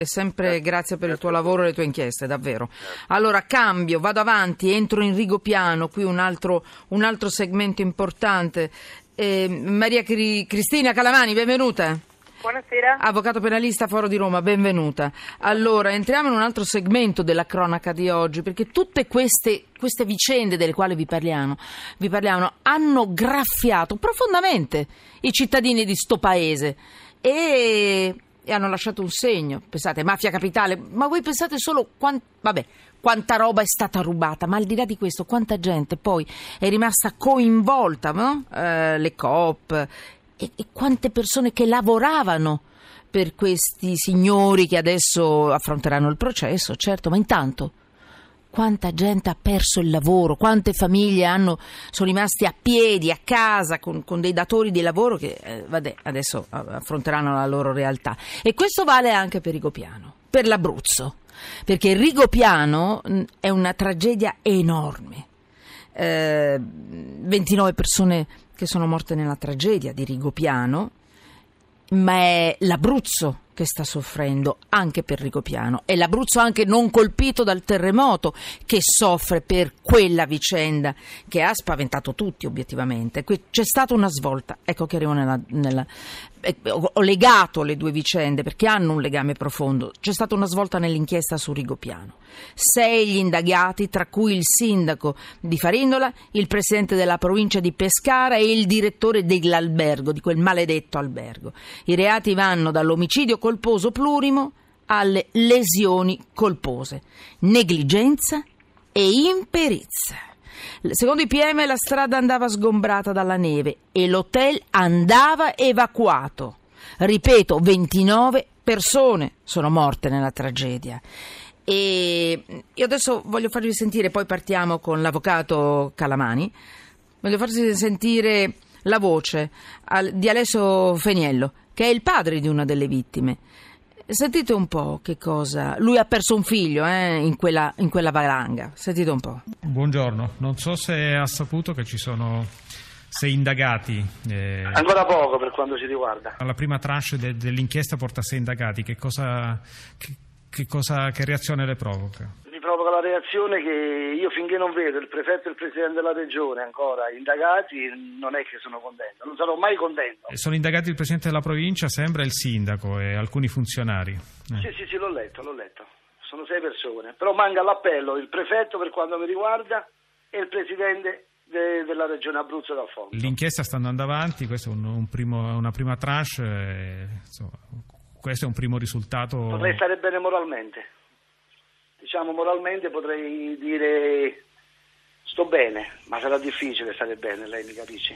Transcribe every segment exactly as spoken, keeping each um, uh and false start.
E sempre grazie per il tuo lavoro e le tue inchieste, davvero. Allora cambio, vado avanti, entro in Rigopiano, qui un altro, un altro segmento importante. Eh, Maria Cri- Cristina Calamani, benvenuta. Buonasera. Avvocato penalista, Foro di Roma, benvenuta. Allora, entriamo in un altro segmento della cronaca di oggi, perché tutte queste, queste vicende delle quali vi parliamo, vi parliamo hanno graffiato profondamente i cittadini di sto paese e... e hanno lasciato un segno. Pensate, mafia capitale, ma voi pensate solo quant- vabbè, quanta roba è stata rubata, ma al di là di questo quanta gente poi è rimasta coinvolta, no? Eh, le coop e, e quante persone che lavoravano per questi signori che adesso affronteranno il processo, certo, ma intanto quanta gente ha perso il lavoro, quante famiglie hanno, sono rimasti a piedi, a casa, con, con dei datori di lavoro che eh, vabbè, adesso affronteranno la loro realtà. E questo vale anche per Rigopiano, per l'Abruzzo, perché Rigopiano mh, è una tragedia enorme. Eh, ventinove persone che sono morte nella tragedia di Rigopiano, ma è l'Abruzzo che sta soffrendo anche per Rigopiano. È l'Abruzzo anche non colpito dal terremoto che soffre per quella vicenda che ha spaventato tutti obiettivamente. Qui c'è stata una svolta, ecco che arrivo nella, nella eh, ho legato le due vicende perché hanno un legame profondo. C'è stata una svolta nell'inchiesta su Rigopiano. Sei gli indagati, tra cui il sindaco di Farindola, il presidente della provincia di Pescara e il direttore dell'albergo, di quel maledetto albergo. I reati vanno dall'omicidio colposo plurimo alle lesioni colpose, negligenza e imperizia. Secondo i P M la strada andava sgombrata dalla neve e l'hotel andava evacuato. Ripeto, ventinove persone sono morte nella tragedia. E io adesso voglio farvi sentire, poi partiamo con l'avvocato Calamani, voglio farvi sentire la voce di Alessio Feniello, che è il padre di una delle vittime. Sentite un po' che cosa... Lui ha perso un figlio eh, in quella, in quella valanga. Sentite un po'. Buongiorno, non so se ha saputo che ci sono sei indagati. Eh, Ancora poco per quanto ci riguarda. La prima tranche de- dell'inchiesta porta sei indagati. Che cosa, che, che cosa, che reazione le provoca? Mi provoca la reazione che io finché non vedo il prefetto e il presidente della regione ancora indagati non è che sono contento, non sarò mai contento. Sono indagati il presidente della provincia, sembra il sindaco e alcuni funzionari. Eh. Sì, sì, sì, l'ho letto, l'ho letto. Sono sei persone, però manca all'appello il prefetto per quanto mi riguarda e il presidente de- della regione Abruzzo d'Alfonso. L'inchiesta sta andando avanti, questo è un, un primo, una prima tranche, e, insomma, questo è un primo risultato. Potrei stare bene moralmente. Diciamo moralmente potrei dire sto bene, ma sarà difficile stare bene, lei mi capisce?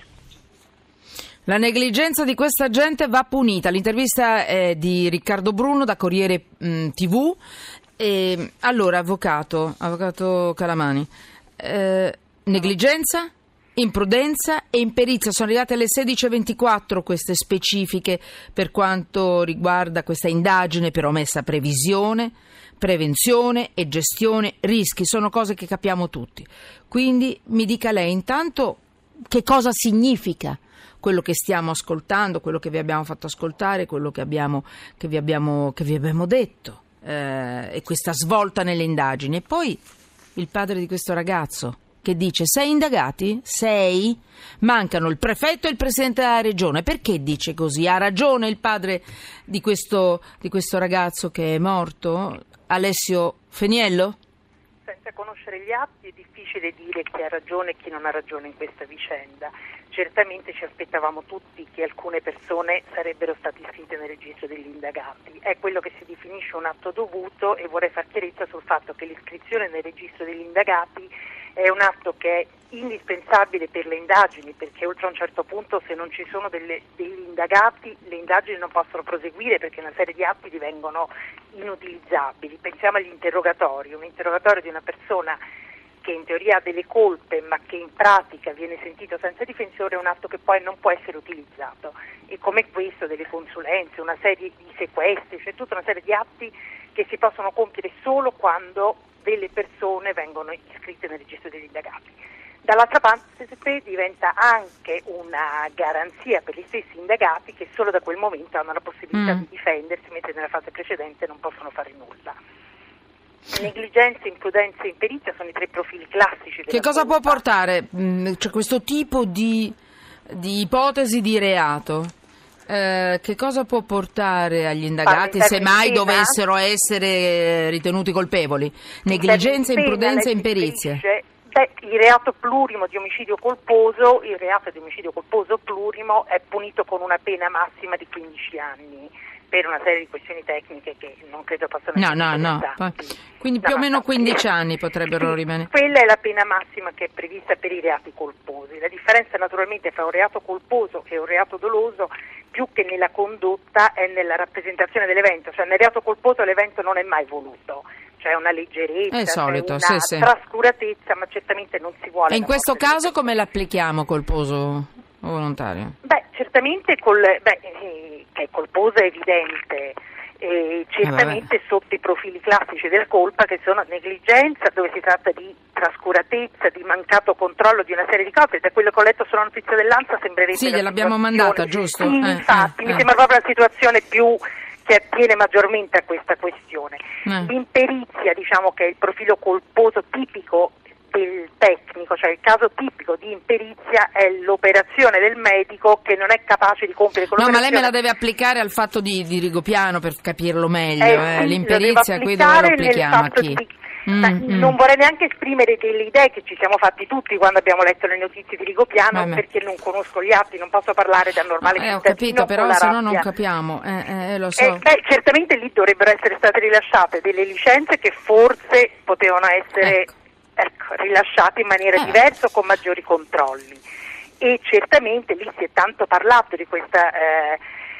La negligenza di questa gente va punita. L'intervista è di Riccardo Bruno da Corriere mh, tivù. E, allora, avvocato, avvocato Calamani, eh, negligenza, imprudenza e imperizia. Sono arrivate alle sedici e ventiquattro queste specifiche per quanto riguarda questa indagine per omessa previsione, prevenzione e gestione rischi. Sono cose che capiamo tutti. Quindi mi dica lei intanto che cosa significa quello che stiamo ascoltando, quello che vi abbiamo fatto ascoltare, quello che abbiamo che vi abbiamo che vi abbiamo detto eh, e questa svolta nelle indagini. E poi il padre di questo ragazzo che dice sei indagati? Sei? Mancano il prefetto e il presidente della regione. Perché dice così? Ha ragione il padre di questo, di questo ragazzo che è morto? Alessio Feniello? Senza conoscere gli atti è difficile dire chi ha ragione e chi non ha ragione in questa vicenda. Certamente ci aspettavamo tutti che alcune persone sarebbero state iscritte nel registro degli indagati. È quello che si definisce un atto dovuto e vorrei far chiarezza sul fatto che l'iscrizione nel registro degli indagati è un atto che è indispensabile per le indagini, perché oltre a un certo punto se non ci sono delle, degli indagati le indagini non possono proseguire perché una serie di atti divengono inutilizzabili. Pensiamo agli interrogatori, un interrogatorio di una persona che in teoria ha delle colpe ma che in pratica viene sentito senza difensore è un atto che poi non può essere utilizzato, e come questo delle consulenze, una serie di sequestri, c'è tutta una serie di atti che si possono compiere solo quando delle persone vengono iscritte nel registro degli indagati. Dall'altra parte diventa anche una garanzia per gli stessi indagati che solo da quel momento hanno la possibilità mm. di difendersi, mentre nella fase precedente non possono fare nulla. Negligenza, imprudenza e imperizia sono i tre profili classici della Che cosa colpa. può portare cioè, questo tipo di, di ipotesi di reato? Eh, che cosa può portare agli indagati se mai dovessero essere ritenuti colpevoli? Negligenza, imprudenza e imperizia. Beh, il reato plurimo di omicidio colposo, il reato di omicidio colposo plurimo è punito con una pena massima di quindici anni per una serie di questioni tecniche che non credo possano no, essere no, no. Quindi più no, o meno no, quindici anni potrebbero sì, rimanere. Quella è la pena massima che è prevista per i reati colposi. La differenza naturalmente fra un reato colposo e un reato doloso più che nella condotta è nella rappresentazione dell'evento, cioè nel reato colposo l'evento non è mai voluto. C'è una leggerezza, è solito, c'è una sì, sì. trascuratezza, ma certamente non si vuole. E in questo caso come l'applichiamo colposo o volontario? Beh, certamente col, beh, eh, che è colposo è evidente, eh, certamente eh, sotto i profili classici della colpa che sono negligenza, dove si tratta di trascuratezza, di mancato controllo di una serie di cose. Da quello che ho letto sulla notizia dell'Ansa sembrerebbe sì, gliel'abbiamo mandata, giusto? Sì, eh, infatti, eh, mi eh. sembra proprio la situazione più che attiene maggiormente a questa questione. Eh. L'imperizia, diciamo che è il profilo colposo tipico del tecnico, cioè il caso tipico di imperizia è l'operazione del medico che non è capace di compiere No, ma lei me la deve applicare al fatto di, di Rigopiano per capirlo meglio, eh, eh. sì, l'imperizia qui dove lo applichiamo, a chi? Di... Mm, mm. Non vorrei neanche esprimere delle idee che ci siamo fatti tutti quando abbiamo letto le notizie di Rigopiano, Vabbè. perché non conosco gli atti, non posso parlare da normale no, eh, cittadino. Ho capito, però se no non capiamo, eh, eh, lo so. Eh, beh, certamente lì dovrebbero essere state rilasciate delle licenze che forse potevano essere ecco. Ecco, rilasciate in maniera eh. diversa o con maggiori controlli. E certamente lì si è tanto parlato di questa eh,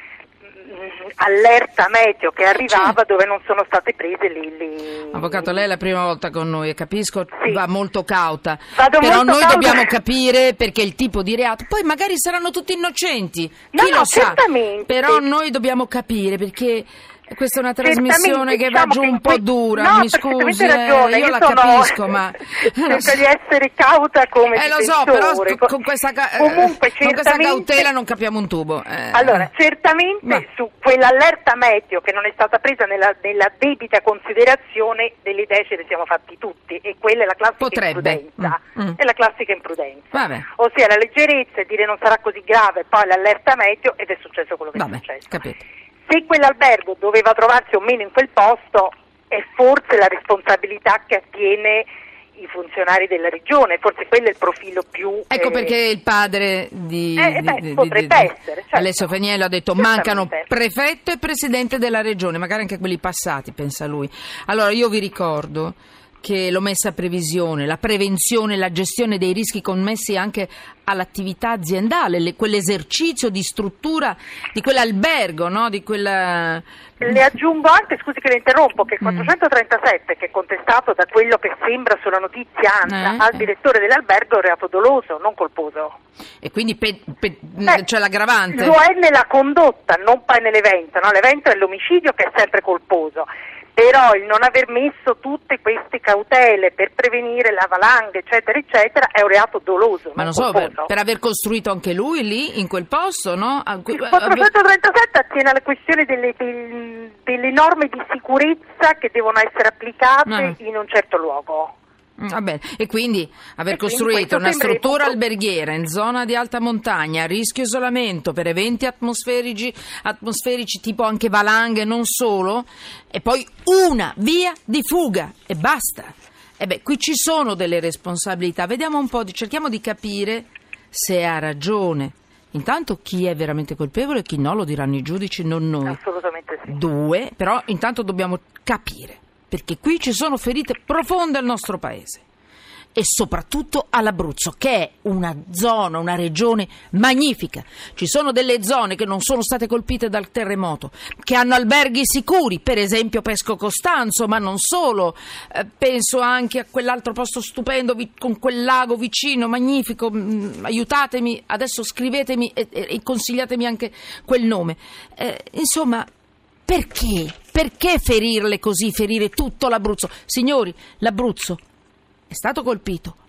allerta meteo che arrivava dove non sono state prese le, le... Avvocato, lei è la prima volta con noi e capisco, sì. va molto cauta. Vado però molto noi cauta. Dobbiamo capire perché il tipo di reato, poi magari saranno tutti innocenti, no, chi no, lo sa, certamente. Però noi dobbiamo capire perché questa è una trasmissione che va diciamo giù che un po' que- dura, no, mi scusi, ragione, eh, io, io la sono... capisco, ma... cerco di essere cauta come Eh lo so, difensore. però con questa, ca- Comunque, con questa cautela non capiamo un tubo. Eh. Allora, certamente ma... su quell'allerta meteo che non è stata presa nella, nella debita considerazione delle idee ce ne siamo fatti tutti, e quella è la classica Potrebbe. imprudenza. Mm, mm. È la classica imprudenza. Vabbè. Ossia la leggerezza e dire non sarà così grave, poi l'allerta meteo ed è successo quello che Vabbè, è successo. capito. Se quell'albergo doveva trovarsi o meno in quel posto è forse la responsabilità che attiene i funzionari della regione, forse quello è il profilo più... Ecco eh, perché il padre di, eh, beh, di, potrebbe di, di essere, certo. Alessio Feniello ha detto mancano prefetto e presidente della regione, magari anche quelli passati, pensa lui. Allora io vi ricordo che l'omessa previsione, la prevenzione, la gestione dei rischi connessi anche all'attività aziendale, le, quell'esercizio di struttura di quell'albergo, no? Di quella... Le aggiungo anche, scusi che le interrompo, che il quattrocentotrentasette, mm. che è contestato da quello che sembra sulla notizia ANSA eh, al eh. direttore dell'albergo, è un reato doloso, non colposo. E quindi pe, pe, Beh, c'è l'aggravante? Lo è nella condotta, non poi nell'evento, no? L'evento è l'omicidio che è sempre colposo. Però il non aver messo tutte queste cautele per prevenire la valanga, eccetera, eccetera, è un reato doloso. Ma non, non so, per, per aver costruito anche lui lì, in quel posto, no? Il quattrocentotrentasette attiene alla questione delle, delle, delle norme di sicurezza che devono essere applicate no. in un certo luogo. Va bene. E quindi aver e costruito quindi una struttura molto... alberghiera in zona di alta montagna a rischio isolamento per eventi atmosferici, atmosferici tipo anche valanghe, non solo, e poi una via di fuga e basta. E beh, qui ci sono delle responsabilità, vediamo un po', cerchiamo di capire se ha ragione. Intanto chi è veramente colpevole e chi no lo diranno i giudici, non noi. Assolutamente sì. Due, però intanto dobbiamo capire, perché qui ci sono ferite profonde al nostro paese e soprattutto all'Abruzzo, che è una zona, una regione magnifica. Ci sono delle zone che non sono state colpite dal terremoto, che hanno alberghi sicuri, per esempio Pesco Costanzo, ma non solo. Eh, penso anche a quell'altro posto stupendo vi- con quel lago vicino, magnifico. Mm, aiutatemi, adesso scrivetemi e, e, e consigliatemi anche quel nome. Eh, insomma, perché? Perché ferirle così, ferire tutto l'Abruzzo? Signori, l'Abruzzo è stato colpito,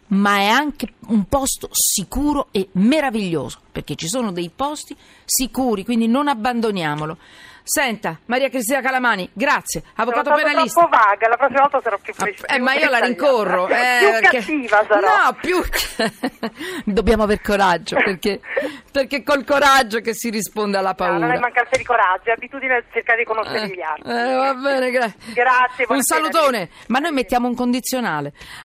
ma è anche un posto sicuro e meraviglioso, perché ci sono dei posti sicuri, quindi non abbandoniamolo. Senta, Maria Cristina Calamani, grazie, avvocato sono penalista. Sono troppo vaga, la prossima volta sarò più precisa. Eh, ma io la rincorro. Eh, più perché... cattiva sarò. No, più... Dobbiamo aver coraggio, perché, perché col coraggio che si risponde alla paura. No, non è mancanza di coraggio, è abitudine a cercare di conoscere Eh, gli altri. eh, va bene, gra- Grazie. Un buonasera. salutone, ma noi mettiamo un condizionale.